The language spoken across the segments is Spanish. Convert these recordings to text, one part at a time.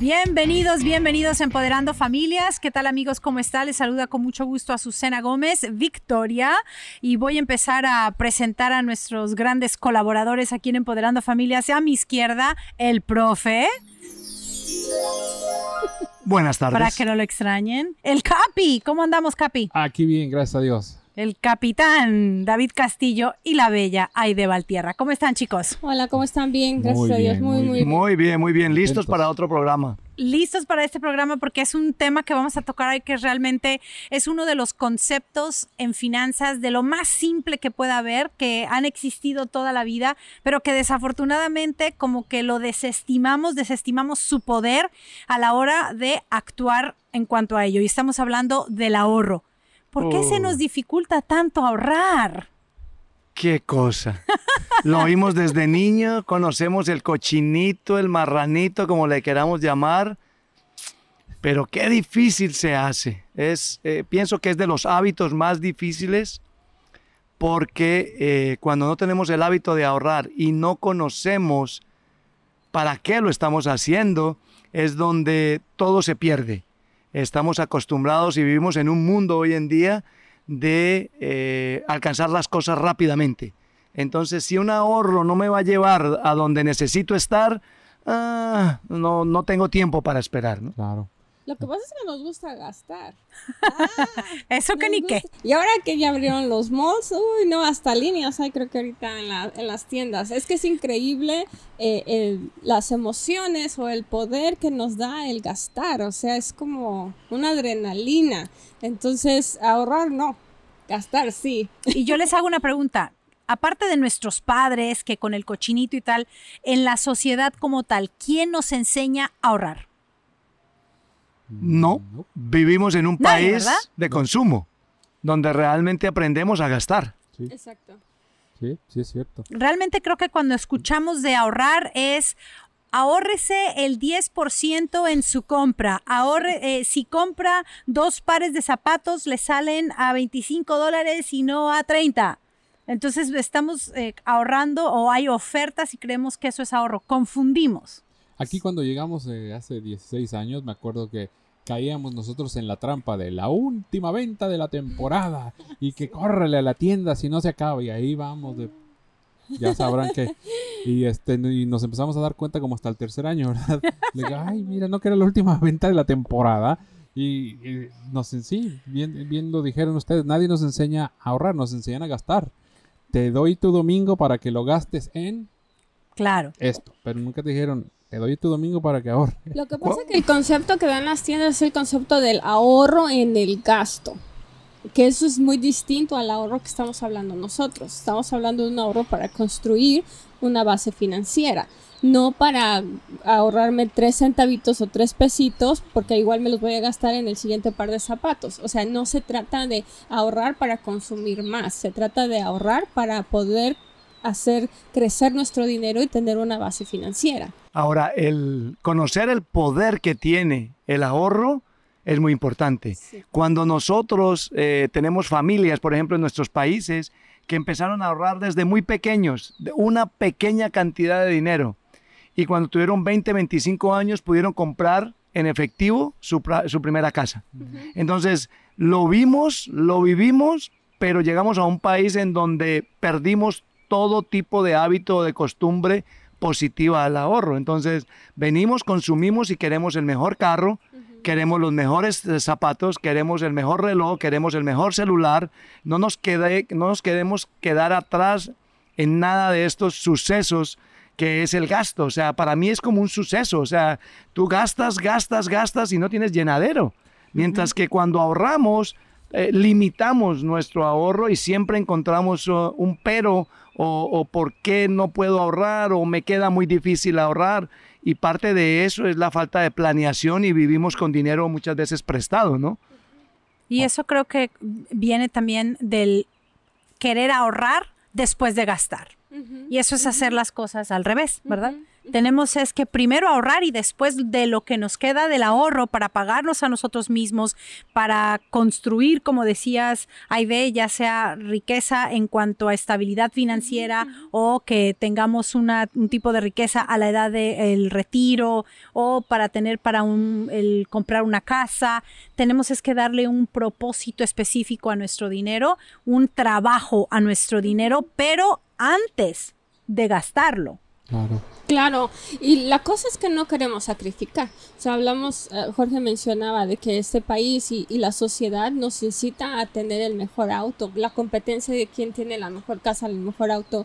Bienvenidos a Empoderando Familias. ¿Qué tal, amigos? ¿Cómo está? Les saluda con mucho gusto Azucena Gómez, Victoria, y voy a empezar a presentar a nuestros grandes colaboradores aquí en Empoderando Familias. A mi izquierda, el profe. Buenas tardes. Para que no lo extrañen. El Capi. ¿Cómo andamos, Capi? Aquí bien, gracias a Dios. El capitán David Castillo y la bella Aide Valtierra. ¿Cómo están, chicos? Hola, ¿cómo están? Bien, gracias a Dios. Muy bien. Listos para otro programa. Listos para este programa porque es un tema que vamos a tocar hoy que realmente es uno de los conceptos en finanzas de lo más simple que pueda haber, que han existido toda la vida, pero que desafortunadamente como que lo desestimamos su poder a la hora de actuar en cuanto a ello. Y estamos hablando del ahorro. ¿Por qué se nos dificulta tanto ahorrar? ¡Qué cosa! Lo oímos desde niño, conocemos el cochinito, el marranito, como le queramos llamar, pero qué difícil se hace. Pienso que es de los hábitos más difíciles porque cuando no tenemos el hábito de ahorrar y no conocemos para qué lo estamos haciendo, es donde todo se pierde. Estamos acostumbrados y vivimos en un mundo hoy en día de alcanzar las cosas rápidamente. Entonces, si un ahorro no me va a llevar a donde necesito estar, no tengo tiempo para esperar, ¿no? Claro. Lo que pasa es que nos gusta gastar. Eso que ni qué. Y ahora que ya abrieron los malls, hasta líneas hay creo que ahorita en las tiendas. Es que es increíble las emociones o el poder que nos da el gastar. O sea, es como una adrenalina. Entonces, ahorrar no, gastar sí. Y yo les hago una pregunta. Aparte de nuestros padres, que con el cochinito y tal, en la sociedad como tal, ¿quién nos enseña a ahorrar? No, vivimos en un país ¿verdad? de consumo, donde realmente aprendemos a gastar. Sí. Exacto. Sí, es cierto. Realmente creo que cuando escuchamos de ahorrar es ahórrese el 10% en su compra. Si compra 2 pares de zapatos, le salen a $25 y no a 30. Entonces estamos ahorrando o hay ofertas y creemos que eso es ahorro. Confundimos. Aquí cuando llegamos hace 16 años, me acuerdo que caíamos nosotros en la trampa de la última venta de la temporada y que córrele a la tienda si no se acaba, y ahí vamos ya sabrán que y nos empezamos a dar cuenta como hasta el tercer año, ¿verdad? Le digo, ay, mira, no que era la última venta de la temporada y bien lo dijeron ustedes, nadie nos enseña a ahorrar, nos enseñan a gastar. Te doy tu domingo para que lo gastes en esto, pero nunca te dijeron te doy tu domingo para que ahorre. Lo que pasa es que el concepto que dan las tiendas es el concepto del ahorro en el gasto, que eso es muy distinto al ahorro que estamos hablando nosotros. Estamos hablando de un ahorro para construir una base financiera, no para ahorrarme 3 centavitos o 3 pesitos, porque igual me los voy a gastar en el siguiente par de zapatos. O sea, no se trata de ahorrar para consumir más, se trata de ahorrar para poder hacer crecer nuestro dinero y tener una base financiera. Ahora, el conocer el poder que tiene el ahorro es muy importante. Sí. Cuando nosotros tenemos familias, por ejemplo, en nuestros países, que empezaron a ahorrar desde muy pequeños, de una pequeña cantidad de dinero, y cuando tuvieron 20, 25 años pudieron comprar en efectivo su primera casa. Uh-huh. Entonces, lo vimos, lo vivimos, pero llegamos a un país en donde perdimos todo tipo de hábito, de costumbre positiva al ahorro. Entonces, venimos, consumimos y queremos el mejor carro, queremos los mejores zapatos, queremos el mejor reloj, queremos el mejor celular. No nos queremos quedar atrás en nada de estos sucesos que es el gasto. O sea, para mí es como un suceso. O sea, tú gastas y no tienes llenadero. Mientras que cuando ahorramos, limitamos nuestro ahorro y siempre encontramos un pero o por qué no puedo ahorrar o me queda muy difícil ahorrar, y parte de eso es la falta de planeación y vivimos con dinero muchas veces prestado, ¿no? Y eso creo que viene también del querer ahorrar después de gastar. Y eso es hacer las cosas al revés, ¿verdad? Tenemos es que primero ahorrar y después de lo que nos queda del ahorro para pagarnos a nosotros mismos, para construir, como decías, Aide, ya sea riqueza en cuanto a estabilidad financiera o que tengamos un tipo de riqueza a la edad del retiro o para tener el comprar una casa. Tenemos es que darle un propósito específico a nuestro dinero, un trabajo a nuestro dinero, pero antes de gastarlo. Claro, y la cosa es que no queremos sacrificar. O sea, Jorge mencionaba de que este país y la sociedad nos incita a tener el mejor auto, la competencia de quién tiene la mejor casa, el mejor auto,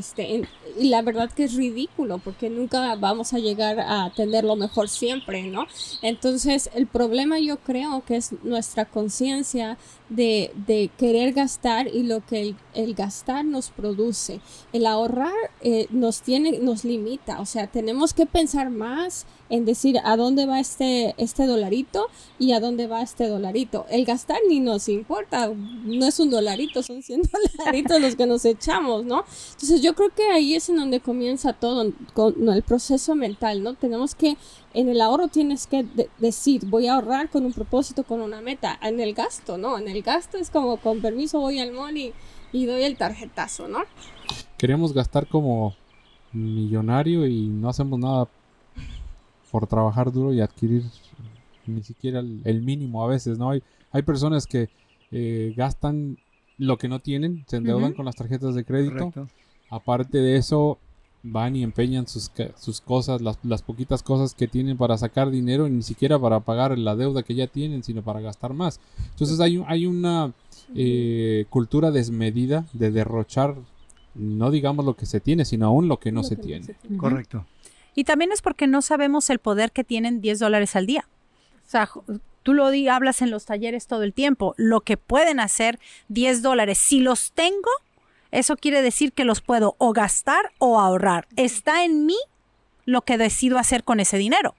y la verdad que es ridículo porque nunca vamos a llegar a tener lo mejor siempre, ¿no? Entonces, el problema yo creo que es nuestra conciencia de querer gastar y lo que el gastar nos produce. El ahorrar nos limita, o sea, tenemos que pensar más en decir a dónde va este dolarito y a dónde va este dolarito. El gastar ni nos importa, no es un dolarito, son 100 dolaritos los que nos echamos, ¿no? Entonces yo creo que ahí es en donde comienza todo, con el proceso mental, ¿no? Tenemos que, en el ahorro tienes que decir, voy a ahorrar con un propósito, con una meta. En el gasto, ¿no? En el gasto es como, con permiso, voy al mall y doy el tarjetazo, ¿no? Queremos gastar como millonario y no hacemos nada por trabajar duro y adquirir ni siquiera el mínimo a veces, ¿no? Hay personas que gastan lo que no tienen, se endeudan con las tarjetas de crédito. Correcto. Aparte de eso, van y empeñan sus cosas, las poquitas cosas que tienen para sacar dinero, ni siquiera para pagar la deuda que ya tienen, sino para gastar más. Entonces hay una cultura desmedida de derrochar, no digamos lo que se tiene, sino aún lo que no se tiene. Correcto. Y también es porque no sabemos el poder que tienen $10 al día. O sea, tú hablas en los talleres todo el tiempo, lo que pueden hacer $10. Si los tengo, eso quiere decir que los puedo o gastar o ahorrar. Está en mí lo que decido hacer con ese dinero.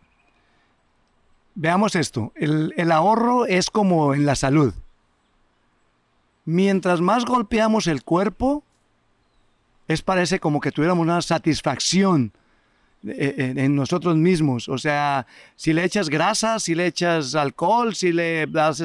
Veamos esto. El ahorro es como en la salud. Mientras más golpeamos el cuerpo, parece como que tuviéramos una satisfacción en nosotros mismos. O sea, si le echas grasa, si le echas alcohol, si le das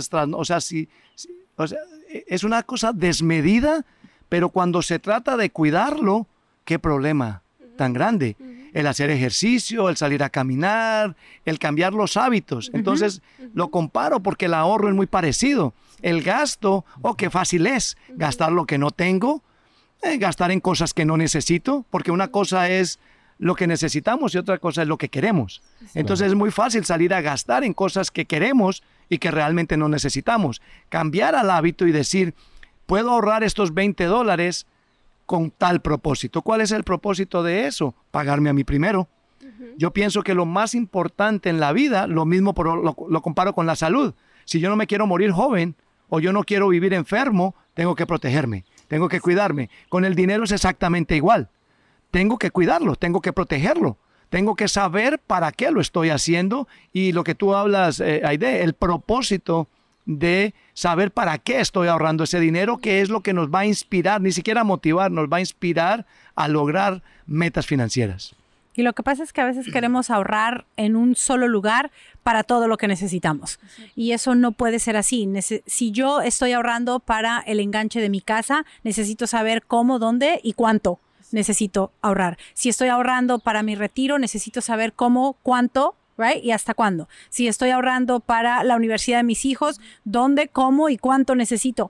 es una cosa desmedida, pero cuando se trata de cuidarlo, qué problema tan grande. El hacer ejercicio, el salir a caminar, el cambiar los hábitos. Entonces, lo comparo porque el ahorro es muy parecido. El gasto, qué fácil es gastar lo que no tengo, gastar en cosas que no necesito, porque una cosa es lo que necesitamos y otra cosa es lo que queremos. Entonces es muy fácil salir a gastar en cosas que queremos y que realmente no necesitamos. Cambiar al hábito y decir, puedo ahorrar estos $20 con tal propósito. ¿Cuál es el propósito de eso? Pagarme a mí primero. Yo pienso que lo más importante en la vida, lo mismo lo comparo con la salud. Si yo no me quiero morir joven o yo no quiero vivir enfermo, tengo que protegerme, tengo que cuidarme. Con el dinero es exactamente igual. Tengo que cuidarlo, tengo que protegerlo. Tengo que saber para qué lo estoy haciendo y lo que tú hablas, Aide, el propósito de saber para qué estoy ahorrando ese dinero, que es lo que nos va a inspirar, ni siquiera motivar, nos va a inspirar a lograr metas financieras. Y lo que pasa es que a veces queremos ahorrar en un solo lugar para todo lo que necesitamos. Y eso no puede ser así. Si yo estoy ahorrando para el enganche de mi casa, necesito saber cómo, dónde y cuánto necesito ahorrar. Si estoy ahorrando para mi retiro, necesito saber cómo, cuánto, right? Y hasta cuándo. Si estoy ahorrando para la universidad de mis hijos, dónde, cómo y cuánto necesito.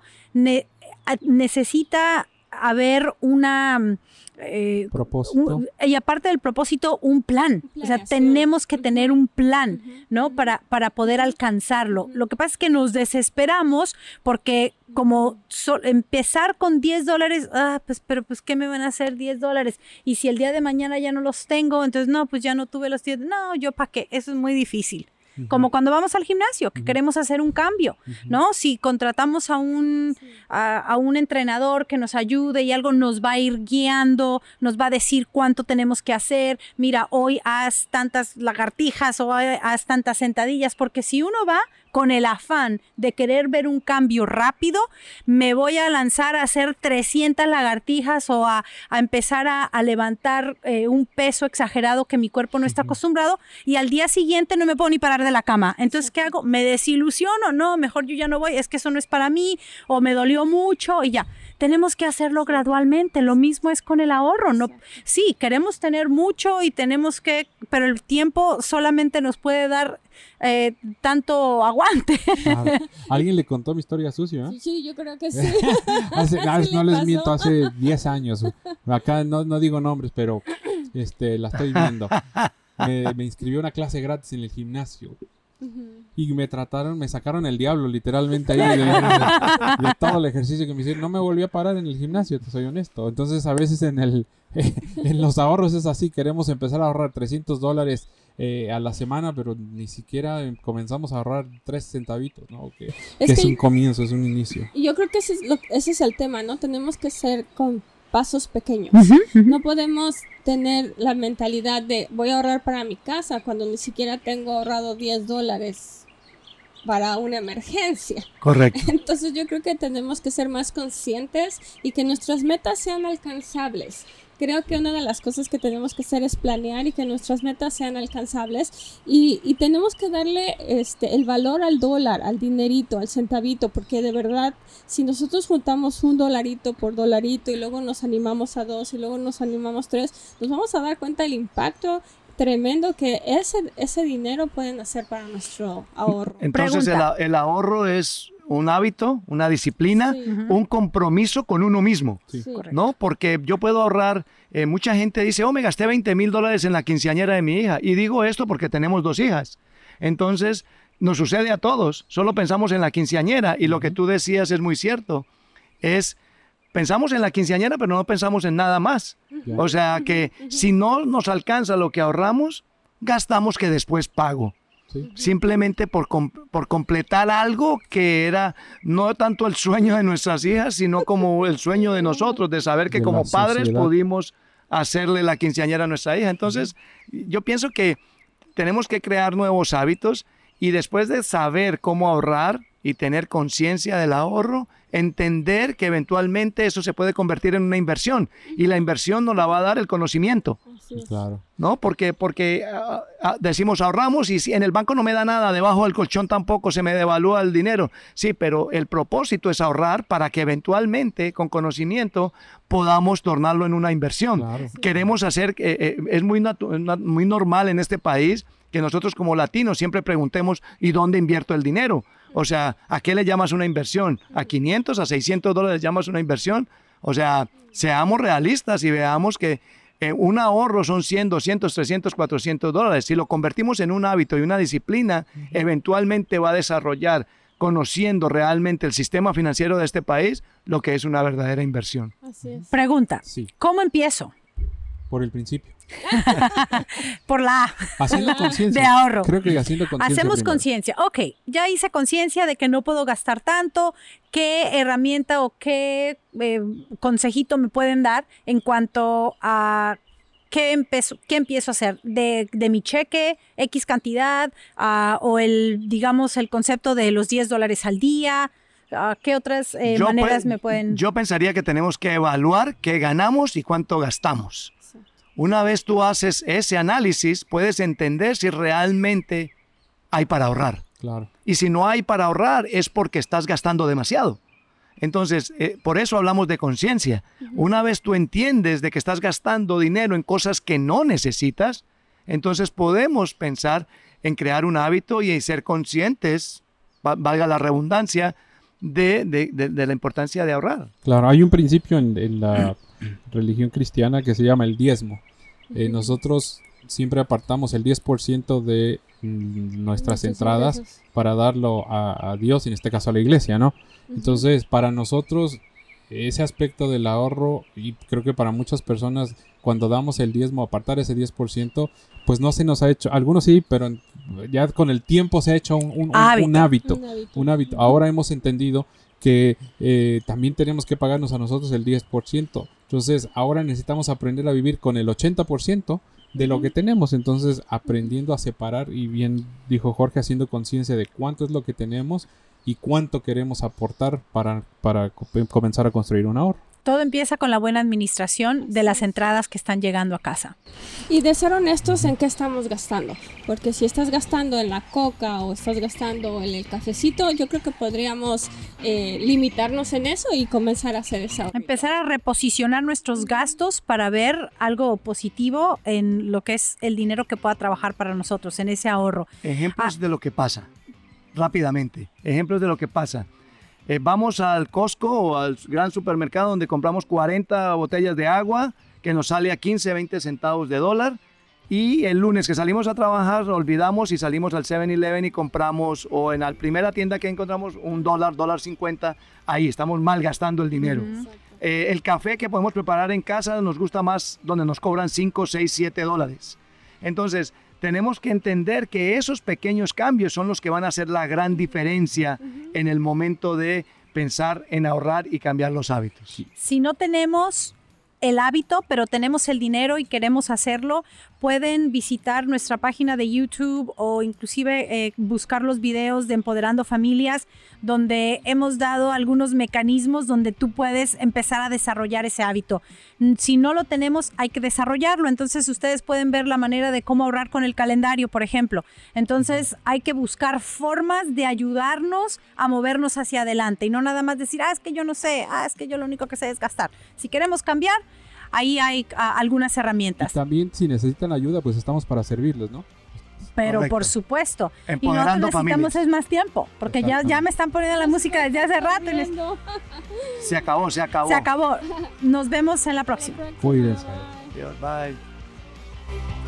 Necesita haber una propósito. Y aparte del propósito, un plan. O sea, tenemos que tener un plan, ¿no? Para poder alcanzarlo. Lo que pasa es que nos desesperamos porque como empezar con $10, pero ¿qué me van a hacer $10? Y si el día de mañana ya no los tengo, entonces no, pues ya no tuve los 10. No, ¿yo para qué? Eso es muy difícil. Como cuando vamos al gimnasio, que queremos hacer un cambio, ¿no? Si contratamos a un entrenador que nos ayude y algo nos va a ir guiando, nos va a decir cuánto tenemos que hacer. Mira, hoy haz tantas lagartijas o haz tantas sentadillas, porque si uno va con el afán de querer ver un cambio rápido, me voy a lanzar a hacer 300 lagartijas o a empezar a levantar un peso exagerado que mi cuerpo no está acostumbrado, y al día siguiente no me puedo ni parar de la cama. Entonces, ¿qué hago? ¿Me desilusiono? No, mejor yo ya no voy, es que eso no es para mí, o me dolió mucho y ya. Tenemos que hacerlo gradualmente. Lo mismo es con el ahorro. No, sí, queremos tener mucho y tenemos que, pero el tiempo solamente nos puede dar tanto aguante. ¿Alguien le contó mi historia sucia? Sí, yo creo que sí. No les miento, hace 10 años. Acá no digo nombres, pero la estoy viendo. Me inscribí a una clase gratis en el gimnasio. Y me sacaron el diablo literalmente ahí de todo el ejercicio que me hicieron. No me volví a parar en el gimnasio, te soy honesto. Entonces a veces en los ahorros es así, queremos empezar a ahorrar $300 a la semana, pero ni siquiera comenzamos a ahorrar 3 centavitos, ¿no? Que es un comienzo, es un inicio. Y yo creo que ese es el tema, ¿no? Tenemos que ser con pasos pequeños. No podemos tener la mentalidad de voy a ahorrar para mi casa cuando ni siquiera tengo ahorrado $10 para una emergencia. Correcto. Entonces yo creo que tenemos que ser más conscientes y que nuestras metas sean alcanzables. Creo que una de las cosas que tenemos que hacer es planear y que nuestras metas sean alcanzables y tenemos que darle el valor al dólar, al dinerito, al centavito, porque de verdad, si nosotros juntamos $1 por $1 y luego nos animamos a 2 y luego nos animamos 3, nos vamos a dar cuenta del impacto tremendo que ese dinero pueden hacer para nuestro ahorro. Entonces el ahorro es un hábito, una disciplina, un compromiso con uno mismo, ¿no? Porque yo puedo ahorrar, mucha gente dice, me gasté $20,000 en la quinceañera de mi hija, y digo esto porque tenemos 2 hijas. Entonces, nos sucede a todos, solo pensamos en la quinceañera, y lo que tú decías es muy cierto, pensamos en la quinceañera, pero no pensamos en nada más. O sea que si no nos alcanza lo que ahorramos, gastamos que después pago. Simplemente por completar algo que era no tanto el sueño de nuestras hijas, sino como el sueño de nosotros, de saber que como padres pudimos hacerle la quinceañera a nuestra hija. Entonces, yo pienso que tenemos que crear nuevos hábitos y después de saber cómo ahorrar y tener conciencia del ahorro, entender que eventualmente eso se puede convertir en una inversión y la inversión nos la va a dar el conocimiento. Claro. ¿No? Porque decimos ahorramos y si en el banco no me da nada, debajo del colchón tampoco se me devalúa el dinero. Sí, pero el propósito es ahorrar para que eventualmente con conocimiento podamos tornarlo en una inversión. Claro. Queremos hacer, es muy normal en este país que nosotros como latinos siempre preguntemos ¿y dónde invierto el dinero? O sea, ¿a qué le llamas una inversión? ¿A $500, a $600 llamas una inversión? O sea, seamos realistas y veamos que un ahorro son $100, $200, $300, $400. Si lo convertimos en un hábito y una disciplina, eventualmente va a desarrollar, conociendo realmente el sistema financiero de este país, lo que es una verdadera inversión. Así es. Pregunta, ¿cómo empiezo? Por el principio. Por la A. Haciendo conciencia. De ahorro. Creo que haciendo conciencia. Hacemos conciencia. Ok, ya hice conciencia de que no puedo gastar tanto. ¿Qué herramienta o qué consejito me pueden dar en cuanto a qué empiezo a hacer? De mi cheque, X cantidad, o el concepto de los $10 al día. ¿Qué otras maneras me pueden...? Yo pensaría que tenemos que evaluar qué ganamos y cuánto gastamos. Una vez tú haces ese análisis, puedes entender si realmente hay para ahorrar. Claro. Y si no hay para ahorrar, es porque estás gastando demasiado. Entonces, por eso hablamos de conciencia. Una vez tú entiendes de que estás gastando dinero en cosas que no necesitas, entonces podemos pensar en crear un hábito y ser conscientes, valga la redundancia, de la importancia de ahorrar. Claro, hay un principio en la religión cristiana que se llama el diezmo. Nosotros siempre apartamos el 10% de nuestras entradas para darlo a Dios, en este caso a la iglesia, ¿no? Entonces, para nosotros, ese aspecto del ahorro, y creo que para muchas personas, cuando damos el diezmo, apartar ese 10%, pues no se nos ha hecho, algunos sí, pero ya con el tiempo se ha hecho un hábito. Ahora hemos entendido que también tenemos que pagarnos a nosotros el 10%. Entonces, ahora necesitamos aprender a vivir con el 80% de lo que tenemos. Entonces, aprendiendo a separar, y bien dijo Jorge, haciendo conciencia de cuánto es lo que tenemos y cuánto queremos aportar para comenzar a construir un ahorro. Todo empieza con la buena administración de las entradas que están llegando a casa. Y de ser honestos en qué estamos gastando. Porque si estás gastando en la coca o estás gastando en el cafecito, yo creo que podríamos limitarnos en eso y comenzar a hacer esa. Empezar a reposicionar nuestros gastos para ver algo positivo en lo que es el dinero que pueda trabajar para nosotros, en ese ahorro. Ejemplos de lo que pasa, rápidamente. Ejemplos de lo que pasa. Vamos al Costco o al gran supermercado donde compramos 40 botellas de agua que nos sale a 15, 20 centavos de dólar, y el lunes que salimos a trabajar olvidamos y salimos al 7-Eleven y compramos, o en la primera tienda que encontramos, $1, $1.50, ahí estamos malgastando el dinero. El café que podemos preparar en casa nos gusta más donde nos cobran 5, 6, 7 dólares. Entonces, tenemos que entender que esos pequeños cambios son los que van a hacer la gran diferencia en el momento de pensar en ahorrar y cambiar los hábitos. Si no tenemos el hábito, pero tenemos el dinero y queremos hacerlo, pueden visitar nuestra página de YouTube o inclusive buscar los videos de Empoderando Familias, donde hemos dado algunos mecanismos donde tú puedes empezar a desarrollar ese hábito. Si no lo tenemos, hay que desarrollarlo. Entonces ustedes pueden ver la manera de cómo ahorrar con el calendario, por ejemplo. Entonces hay que buscar formas de ayudarnos a movernos hacia adelante y no nada más decir, es que yo no sé, es que yo lo único que sé es gastar. Si queremos cambiar, ahí hay algunas herramientas. Y también si necesitan ayuda, pues estamos para servirles, ¿no? Pero Correcto. por supuesto. Empoderando y nosotros necesitamos familias. es más tiempo, porque ya me están poniendo la música desde hace rato. Se acabó. Se acabó. Nos vemos en la próxima. Cuídense. Adiós, bye.